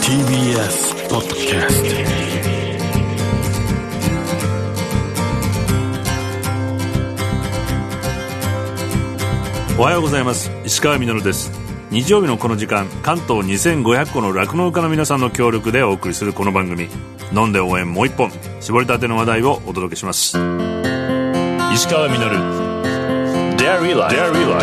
TBS ポッドキャスト。おはようございます。石川みのるです。日曜日のこの時間、関東2500個の酪農家の皆さんの協力でお送りするこの番組、飲んで応援もう一本、絞りたての話題をお届けします。石川みのる Dairy Life。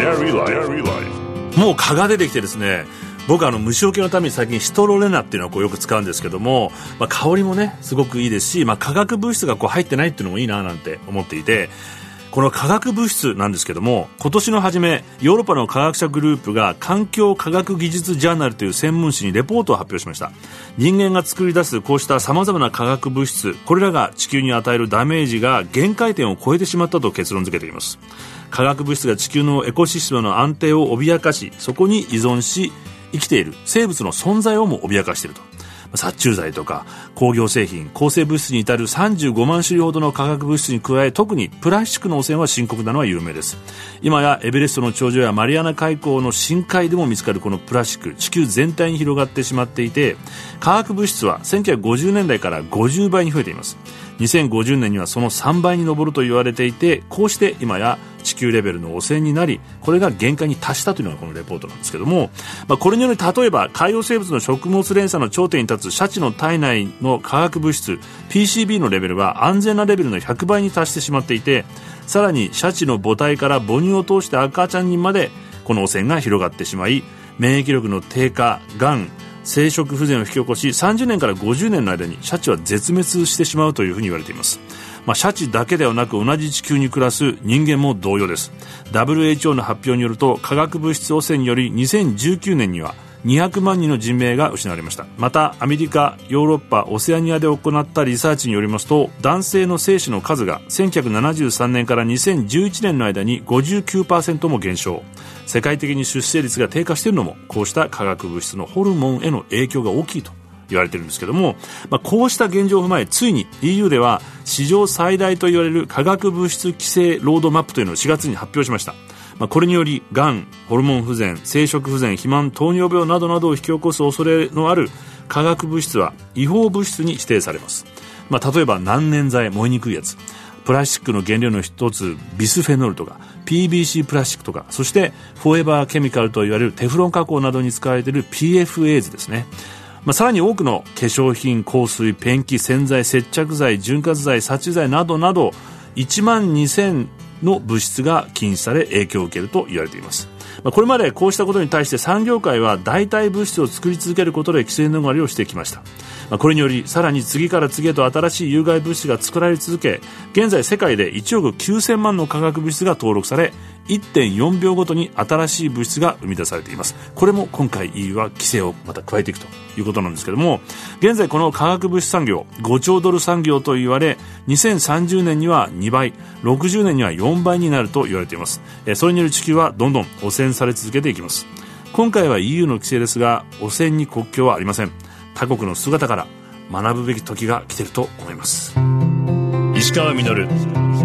もう蚊が出てきてですね、僕は虫除けのために最近シトロレナっていうのをよく使うんですけども、香りもねすごくいいですし、化学物質が入ってないっていうのもいいななんて思っていて、この化学物質なんですけども、今年の初めヨーロッパの科学者グループが環境科学技術ジャーナルという専門誌にレポートを発表しました。人間が作り出すこうした様々な化学物質、これらが地球に与えるダメージが限界点を超えてしまったと結論付けています。化学物質が地球のエコシステムの安定を脅かし、そこに依存し生きている生物の存在をも脅かしていると。殺虫剤とか工業製品、抗生物質に至る35万種類ほどの化学物質に加え、特にプラスチックの汚染は深刻なのは有名です。今やエベレストの頂上やマリアナ海溝の深海でも見つかるこのプラスチック、地球全体に広がってしまっていて、化学物質は1950年代から50倍に増えています。2050年にはその3倍に上ると言われていて、こうして今や地球レベルの汚染になり、これが限界に達したというのがこのレポートなんですけども、これにより例えば海洋生物の食物連鎖の頂点に立つシャチの体内の化学物質 PCB のレベルは安全なレベルの100倍に達してしまっていて、さらにシャチの母体から母乳を通して赤ちゃんにまでこの汚染が広がってしまい、免疫力の低下、がん、生殖不全を引き起こし、30年から50年の間にシャチは絶滅してしまうというふうに言われています。シャチだけではなく同じ地球に暮らす人間も同様です。 WHO の発表によると、化学物質汚染により2019年には200万人の人命が失われました。またアメリカ、ヨーロッパ、オセアニアで行ったリサーチによりますと、男性の精子の数が1973年から2011年の間に 59% も減少。世界的に出生率が低下しているのも、こうした化学物質のホルモンへの影響が大きいと言われているんですけども、こうした現状を踏まえ、ついに EU では史上最大と言われる化学物質規制ロードマップというのを4月に発表しました。これによりがん、ホルモン不全、生殖不全、肥満、糖尿病などなどを引き起こす恐れのある化学物質は違法物質に指定されます。例えば難燃剤、燃えにくいやつ、プラスチックの原料の一つビスフェノールとか PVC プラスチックとか、そしてフォーエバーケミカルと言われるテフロン加工などに使われている PFAs ですね。さらに多くの化粧品、香水、ペンキ、洗剤、接着剤、潤滑剤、殺虫剤などなど1万2000の物質が禁止され影響を受けると言われています。これまでこうしたことに対して産業界は代替物質を作り続けることで規制逃れをしてきました。これによりさらに次から次へと新しい有害物質が作られ続け、現在世界で1億9000万の化学物質が登録され、1.4 秒ごとに新しい物質が生み出されています。これも今回 EU は規制をまた加えていくということなんですけども、現在この化学物質産業5兆ドル産業と言われ、2030年には2倍、60年には4倍になると言われています。それにより地球はどんどん汚染され続けていきます。今回は EU の規制ですが、汚染に国境はありません。他国の姿から学ぶべき時が来ていると思います。石川みのる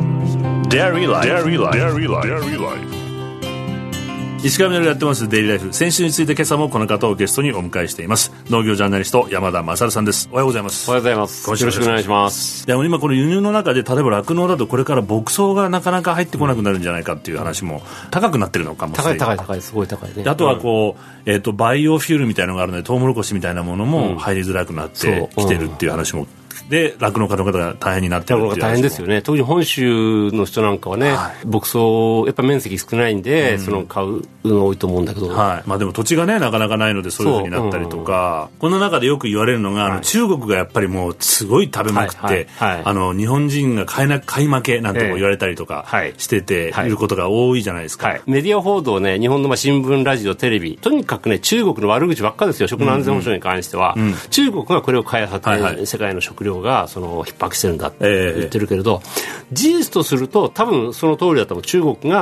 Dairy Life。石川みのるやってますデイリーライフ。先週について今朝もこの方をゲストにお迎えしています。農業ジャーナリスト山田勝さんです。おはようございます。 おはようございます。よろしくお願いします。 でも今この輸入の中で、例えば酪農だとこれから牧草がなかなか入ってこなくなるんじゃないかっていう話も高くなってるのかもしれない。 高いすごい高いね。 あとはバイオフュールみたいなのがあるので、トウモロコシみたいなものも入りづらくなってきてるっていう話も、で酪農家の方が大変になってるっていう話も。 大変ですよね。特に本州の人なんかはね、牧草やっぱ面積少ないんで、その買うの多いと思うんだけど、 でも土地がねなかなかないので、そういう風になったりとか、この中でよく言われるのが、中国がやっぱりもうすごい食べまくって、日本人が買い負けなんても言われたりとかしてていることが多いじゃないですか。 メディア報道ね、日本の新聞、ラジオ、テレビ、とにかくね中国の悪口ばっかですよ。食の安全保障に関しては、中国がこれを開発して、世界の食料がその逼迫してるんだって言ってるけれど、事実とすると多分その通りだと思う。中国が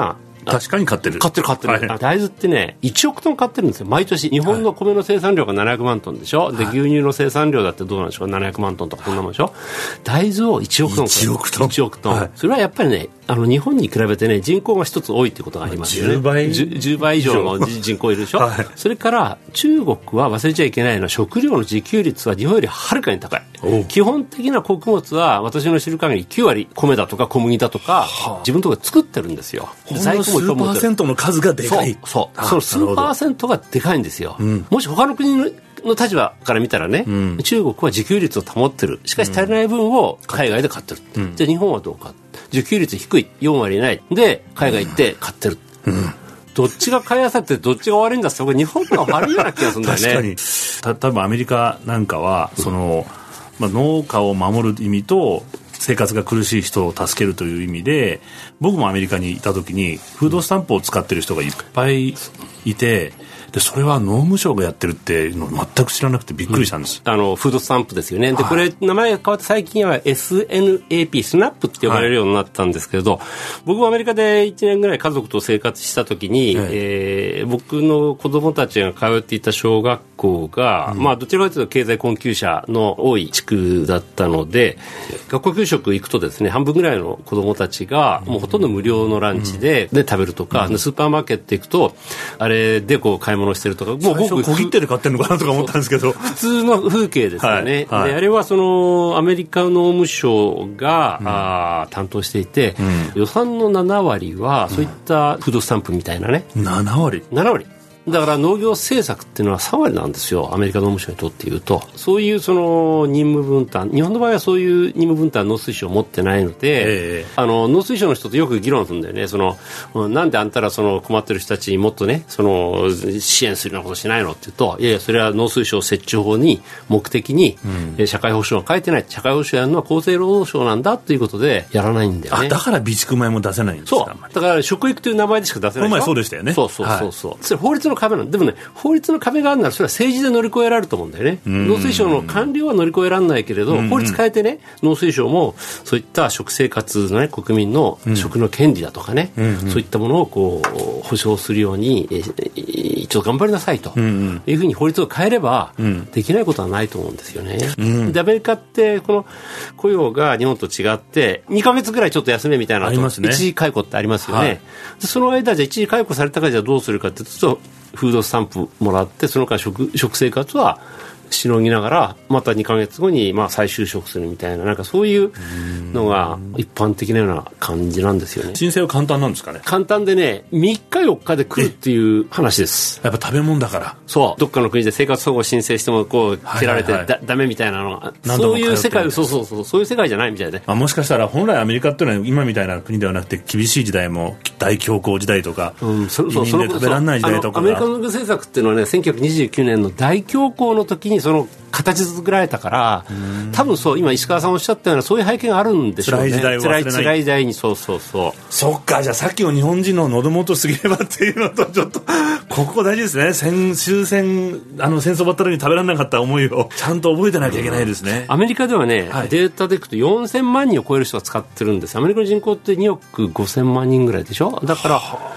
確かに買ってる、 はい、大豆ってね1億トン買ってるんですよ毎年。日本の米の生産量が700万トンでしょ、で牛乳の生産量だってどうなんでしょう、700万トンとかそんなもんでしょ。大豆を1億トン1億トン、はい、それはやっぱりね日本に比べてね人口が一つ多いってことがありますよね。10倍以上の人口いるでしょ、はい、それから中国は忘れちゃいけないのは食料の自給率は日本よりはるかに高い。基本的な穀物は私の知る限り9割米だとか小麦だとか、自分のところで作ってるんですよ。 在庫も数パーセントの数がでかい。 その数パーセントがでかいんですよ、もし他の国の立場から見たらね、中国は自給率を保ってる、しかし足りない分を海外で買ってる、じゃあ日本はどうか、自給率低い4割ないで海外行って買ってる、どっちが買いあさってどっちが悪いんだって、そこ日本が悪いような気がするんだよね。 確かに多分アメリカなんかはその、農家を守る意味と生活が苦しい人を助けるという意味で、僕もアメリカにいた時にフードスタンプを使ってる人がいっぱいいて、でそれは農務省がやってるっていうのを全く知らなくてびっくりしたんです、 フードスタンプですよね。でこれ名前が変わって最近は SNAP スナップって呼ばれるようになったんですけど、僕もアメリカで1年ぐらい家族と生活した時に、僕の子供たちが通っていた小学校が、どちらかというと経済困窮者の多い地区だったので、学校給食行くとですね半分ぐらいの子供たちがもうほとんど無料のランチで食べるとか、スーパーマーケット行くとあれでこう買い物してるとか、もう僕小切手で買ってるのかなとか思ったんですけど、 普通の風景ですよね、であれはそのアメリカ農務省が、担当していて、予算の7割はそういったフードスタンプみたいなね、 7割だから農業政策っていうのは3割なんですよ、アメリカ農務省にとっていうと。そういうその任務分担、日本の場合はそういう任務分担農水省持ってないので、農水省の人とよく議論するんだよね。そのなんであんたらその困ってる人たちにもっとねその支援するようなことしないのって言うと、いやいやそれは農水省設置法に目的に、社会保障が書いてない、社会保障やるのは厚生労働省なんだということでやらないんだよね。 だから備蓄米も出せないんですか。 そうだから食育という名前でしか出せないでしょ。 この前そうでしたよね。 そう、それ法律の壁なんでもね、法律の壁があるならそれは政治で乗り越えられると思うんだよね。農水省の官僚は乗り越えられないけれど、法律変えてね、農水省もそういった食生活のね、国民の食の権利だとかね、そういったものをこう保障するように、一応頑張りなさいと、いうふうに法律を変えれば、できないことはないと思うんですよね。でアメリカってこの雇用が日本と違って2ヶ月ぐらいちょっと休めみたいな、一時解雇ってありますよね。でその間じゃ一時解雇されたからじゃどうするかっていうと、フードスタンプもらってその間食生活はしのぎながらまた2ヶ月後に再就職するみたいな、なんかそういうのが一般的なような感じなんですよね。 申請は簡単なんですかね。 簡単でね、3日4日で来るっていう話です。 やっぱ食べ物だから。 そう、どっかの国で生活保護申請してもこう蹴られてダメみたいなのが、そういう世界、そういう世界じゃないみたいで、 もしかしたら本来アメリカっていうのは今みたいな国ではなくて、厳しい時代も大恐慌時代とか、移民で食べられない時代とか、 アメリカの政策っていうのはね、1929年の大恐慌の時にその形作られたから、多分そう、今石川さんおっしゃったようなそういう背景があるんでしょうね。辛い時代に。そっか。じゃあさっきの日本人の喉元過ぎればっていうのとちょっとここ大事ですね。終戦戦争ばった時に食べられなかった思いをちゃんと覚えてなきゃいけないですね。 アメリカではね、データでいくと4000万人を超える人が使ってるんです。アメリカの人口って2億5000万人ぐらいでしょ。だから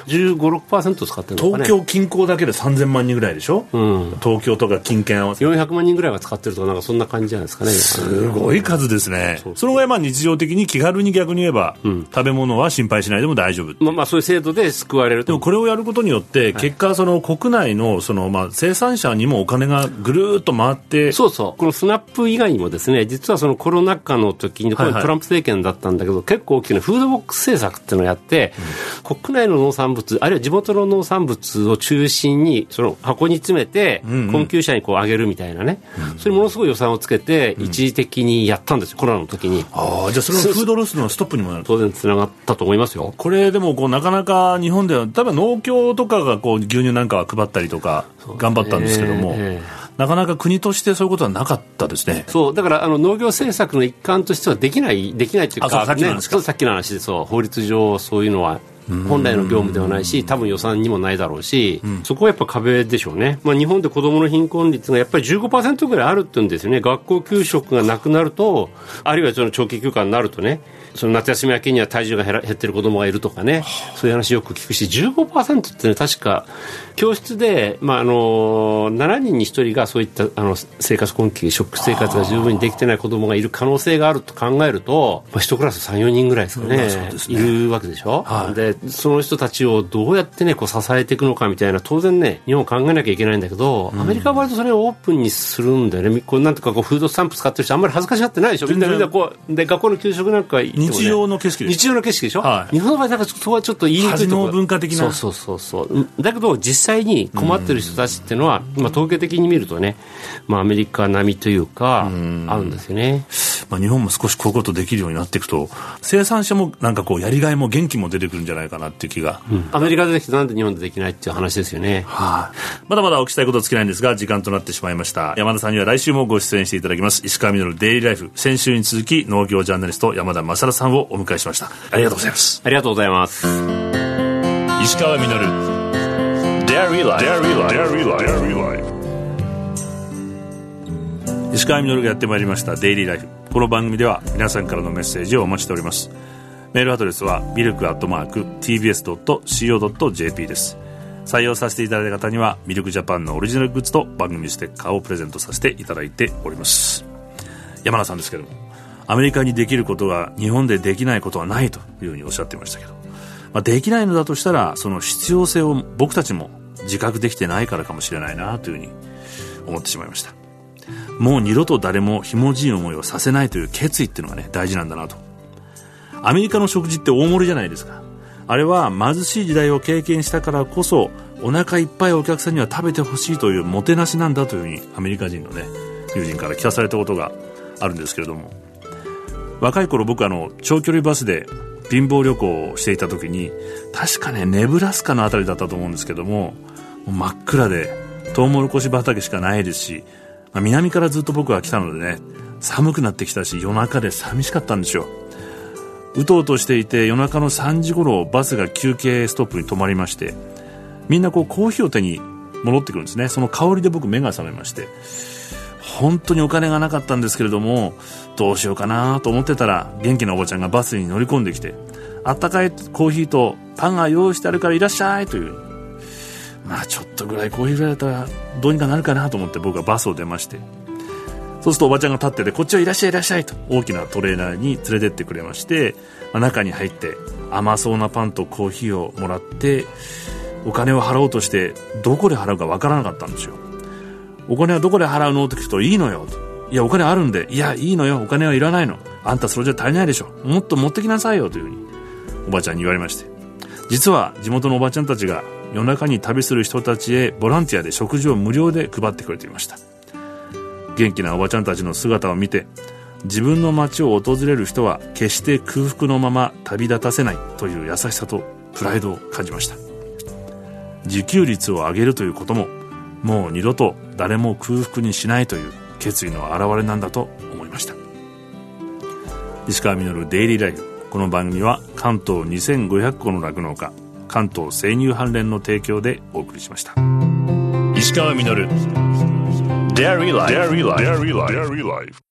15-6% 使ってるのかね。 東京近郊だけで3000万人ぐらいでしょ、東京とか近県合わせて 400万人ぐらいが使ってるとか、なんかそんな感じじゃないですかね。 すごい数ですね。そのぐらい日常的に気軽に逆に言えば、食べ物は心配しないでも大丈夫。 そういう制度で救われると。 でもこれをやることによって結果その国内の生産者にもお金がぐるーっと回って、 このスナップ以外にもですね、実はそのコロナ禍の時にこれトランプ政権だったんだけど、結構大きなフードボックス政策っていうのをやって、国内の農産物あるいは地元の農産物を中心にその箱に詰めて困窮者にこうあげるみたいなね、それものすごい予算をつけて一時的にやったんですよ、コロナの時に。 じゃあそのフードロスのストップにもなる。 当然つながったと思いますよ。 これでもなかなか日本では多分農協とかが牛乳なんかは配ったりとか頑張ったんですけども、なかなか国としてそういうことはなかったですね。 そうだから農業政策の一環としてはできないというか、さっきの話で法律上そういうのは本来の業務ではないし、多分予算にもないだろうし、そこはやっぱ壁でしょうね。日本で子どもの貧困率がやっぱり 15% ぐらいあるって言うんですよね。学校給食がなくなると、あるいはその長期休暇になるとね、 その夏休み明けには体重が減ってる子供がいるとかね、そういう話よく聞くし、 15% ってね、確か教室で、7人に1人がそういった生活困窮、食生活が十分にできてない子供がいる可能性があると考えると、1クラス 3,4 人ぐらいですかね、いるわけでしょ、でその人たちをどうやってねこう支えていくのかみたいな、当然ね日本考えなきゃいけないんだけど、アメリカは割とそれをオープンにするんだよね。こうなんとかこうフードスタンプ使ってる人あんまり恥ずかしがってないでしょ。みんなこうで学校の給食なんか行っても、ね、 日常の景色でしょ。 日常の景色でしょ、日本の場合なんかそこはちょっと言いにくいところ、 文化的な、 そうだけど実際に困ってる人たちっていうのは、統計的に見るとね、アメリカ並みというかあるんですよね。 日本も少しこういうことできるようになっていくと、生産者もなんかこうやりがいも元気も出てくるんじゃないかなっていう気が、 アメリカでできてなんで日本でできないっていう話ですよね。 まだまだお聞きしたいこと尽きないんですが、時間となってしまいました。山田さんには来週もご出演していただきます。石川稔デイリーライフ、先週に続き農業ジャーナリスト山田正さんをお迎えしました。ありがとうございます。 ありがとうございます。 石川稔デイリーライフ、石川稔がやってまいりましたデイリーライフ。この番組では皆さんからのメッセージをお待ちしております。メールアドレスはmilk@tbs.co.jp です。採用させていただいた方にはミルクジャパンのオリジナルグッズと番組ステッカーをプレゼントさせていただいております。山田さんですけども、アメリカにできることが日本でできないことはないというふうにおっしゃっていましたけど、できないのだとしたらその必要性を僕たちも自覚できてないからかもしれないなというふうに思ってしまいました。もう二度と誰もひもじい思いをさせないという決意っていうのがね大事なんだなと。アメリカの食事って大盛りじゃないですか。あれは貧しい時代を経験したからこそお腹いっぱいお客さんには食べてほしいというもてなしなんだというふうにアメリカ人のね友人から聞かされたことがあるんですけれども、若い頃僕長距離バスで貧乏旅行をしていた時に、確かねネブラスカのあたりだったと思うんですけども、もう真っ暗でトウモロコシ畑しかないですし、南からずっと僕は来たのでね寒くなってきたし夜中で寂しかったんですよ。うとうとしていて夜中の3時頃バスが休憩ストップに止まりまして、みんなこうコーヒーを手に戻ってくるんですね。その香りで僕目が覚めまして、本当にお金がなかったんですけれどもどうしようかなと思ってたら、元気なおばちゃんがバスに乗り込んできて、あったかいコーヒーとパンが用意してあるからいらっしゃいという、ちょっとぐらいコーヒーぐらいだったらどうにかなるかなと思って僕はバスを出まして、そうするとおばちゃんが立ってて、こっちはいらっしゃいいらっしゃいと大きなトレーナーに連れてってくれまして、中に入って甘そうなパンとコーヒーをもらって、お金を払おうとしてどこで払うかわからなかったんですよ。お金はどこで払うのと聞くと、いいのよと。いやお金あるんで。いやいいのよ、お金はいらないの。あんたそれじゃ足りないでしょ。もっと持ってきなさいよというふうにおばちゃんに言われまして、実は地元のおばちゃんたちが夜中に旅する人たちへボランティアで食事を無料で配ってくれていました。元気なおばちゃんたちの姿を見て、自分の街を訪れる人は決して空腹のまま旅立たせないという優しさとプライドを感じました。自給率を上げるということも、もう二度と誰も空腹にしないという決意の表れなんだと思いました。石川稔デイリーライフ。この番組は関東2500個の酪農家、関東生乳関連の提供でお送りしました。石川稔デイリーライフ。